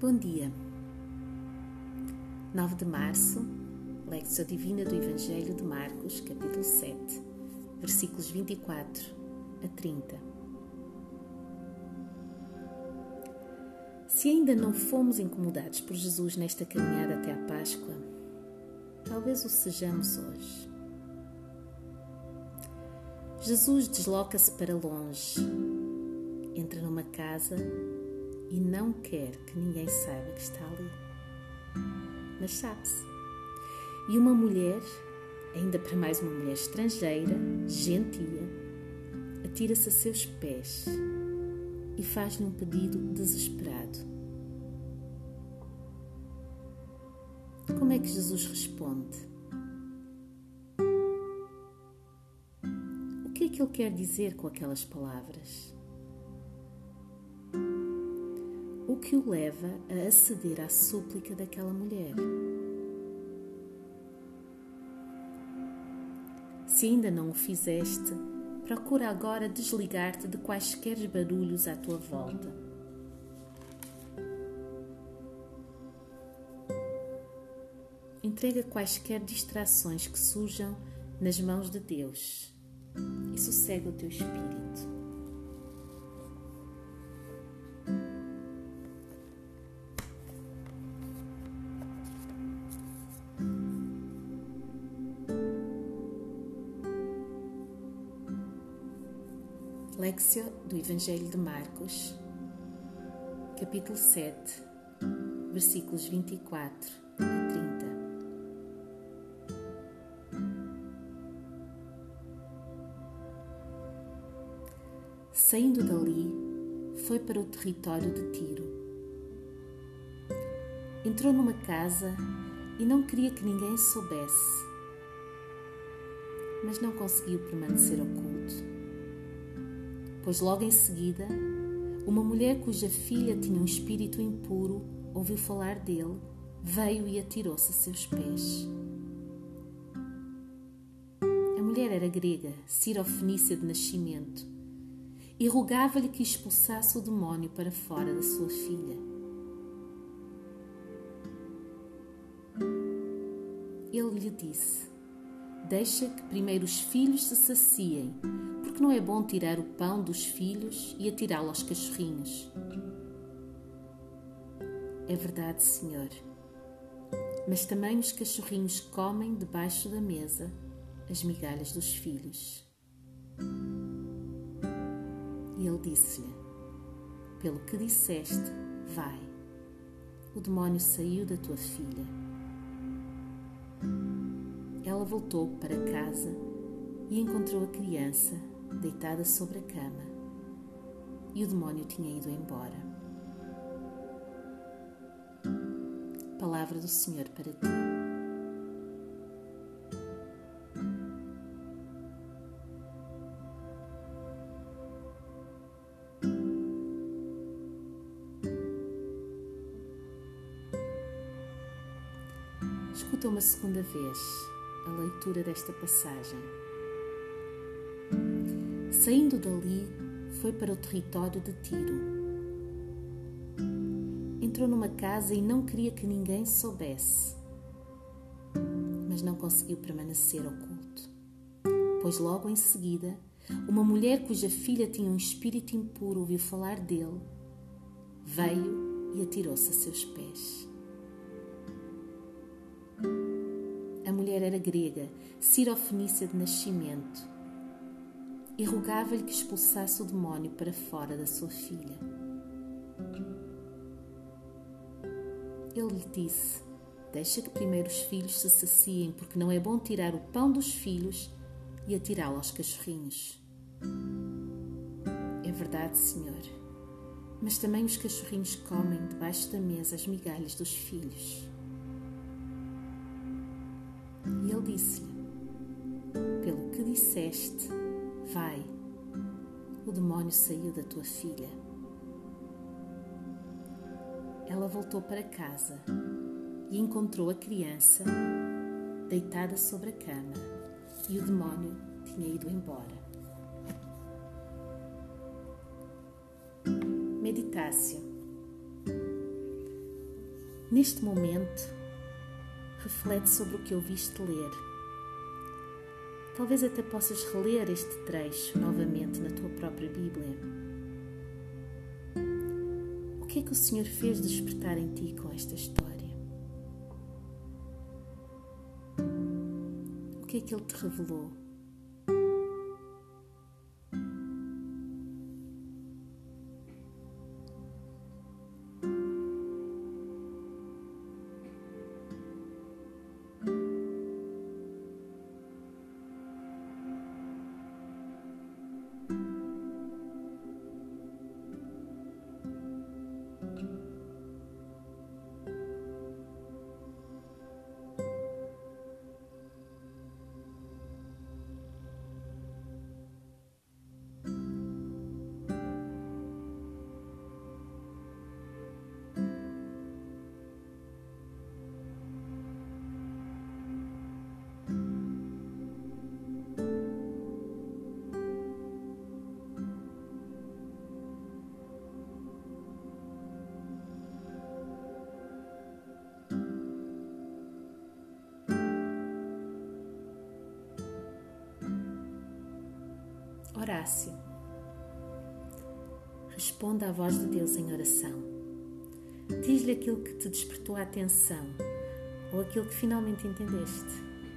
Bom dia. 9 de março, Lectio Divina do Evangelho de Marcos, capítulo 7, versículos 24 a 30. Se ainda não fomos incomodados por Jesus nesta caminhada até à Páscoa, talvez o sejamos hoje. Jesus desloca-se para longe, entra numa casa e não quer que ninguém saiba que está ali. Mas sabe-se. E uma mulher, ainda para mais uma mulher estrangeira, gentia, atira-se a seus pés e faz-lhe um pedido desesperado. Como é que Jesus responde? O que é que ele quer dizer com aquelas palavras? O que o leva a aceder à súplica daquela mulher? Se ainda não o fizeste, procura agora desligar-te de quaisquer barulhos à tua volta. Entrega quaisquer distrações que surjam nas mãos de Deus e sossega o teu espírito. Lectio do Evangelho de Marcos, capítulo 7, versículos 24 a 30. Saindo dali, foi para o território de Tiro. Entrou numa casa e não queria que ninguém soubesse, mas não conseguiu permanecer oculto. Pois logo em seguida, uma mulher cuja filha tinha um espírito impuro ouviu falar dele, veio e atirou-se a seus pés. A mulher era grega, cirofenícia de nascimento, e rogava-lhe que expulsasse o demónio para fora da sua filha. Ele lhe disse: deixa que primeiro os filhos se saciem, porque não é bom tirar o pão dos filhos e atirá-lo aos cachorrinhos. É verdade, Senhor, mas também os cachorrinhos comem debaixo da mesa as migalhas dos filhos. E ele disse-lhe: pelo que disseste, vai, o demónio saiu da tua filha. Ela voltou para casa e encontrou a criança deitada sobre a cama, e o demónio tinha ido embora. Palavra do Senhor para ti. Escuta uma segunda vez a leitura desta passagem. Saindo dali, foi para o território de Tiro. Entrou numa casa e não queria que ninguém soubesse, mas não conseguiu permanecer oculto. Pois logo em seguida, uma mulher cuja filha tinha um espírito impuro ouviu falar dele, veio e atirou-se a seus pés. A mulher era grega, cirofenícia de nascimento, e rogava-lhe que expulsasse o demónio para fora da sua filha. Ele lhe disse: deixa que primeiro os filhos se saciem, porque não é bom tirar o pão dos filhos e atirá-lo aos cachorrinhos. É verdade, Senhor, mas também os cachorrinhos comem debaixo da mesa as migalhas dos filhos. E ele disse-lhe: pelo que disseste, vai, o demónio saiu da tua filha. Ela voltou para casa e encontrou a criança deitada sobre a cama, e o demónio tinha ido embora. Meditácio. Neste momento, reflete sobre o que ouviste ler. Talvez até possas reler este trecho novamente na tua própria Bíblia. O que é que o Senhor fez despertar em ti com esta história? O que é que Ele te revelou? Horácio. Responda à voz de Deus em oração. Diz-lhe aquilo que te despertou a atenção ou aquilo que finalmente entendeste.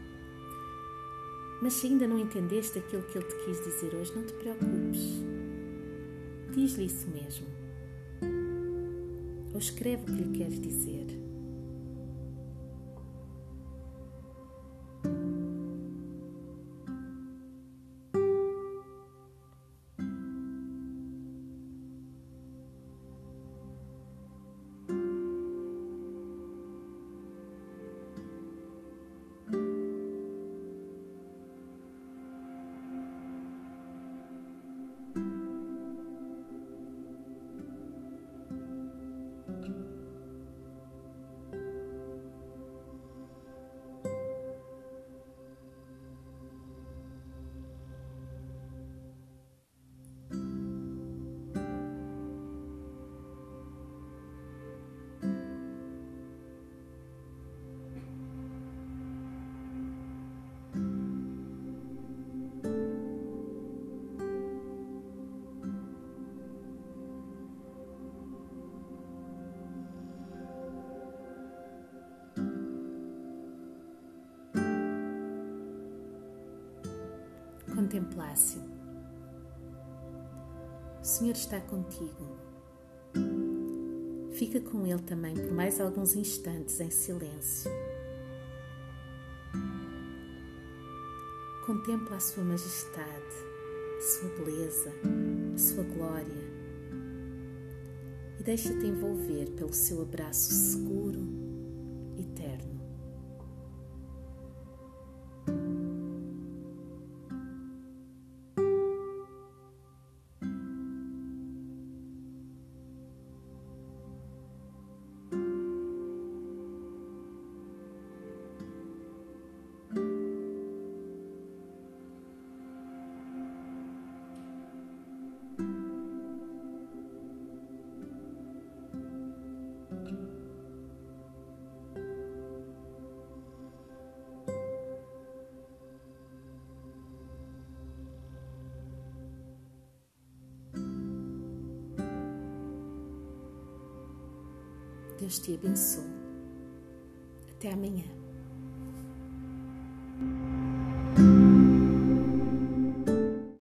Mas se ainda não entendeste aquilo que Ele te quis dizer hoje, não te preocupes. Diz-lhe isso mesmo. Ou escreve o que lhe queres dizer. Contemplácio. O Senhor está contigo. Fica com Ele também por mais alguns instantes em silêncio. Contempla a sua majestade, a sua beleza, a sua glória e deixa-te envolver pelo seu abraço seguro e terno. Deus te abençoe. Até amanhã.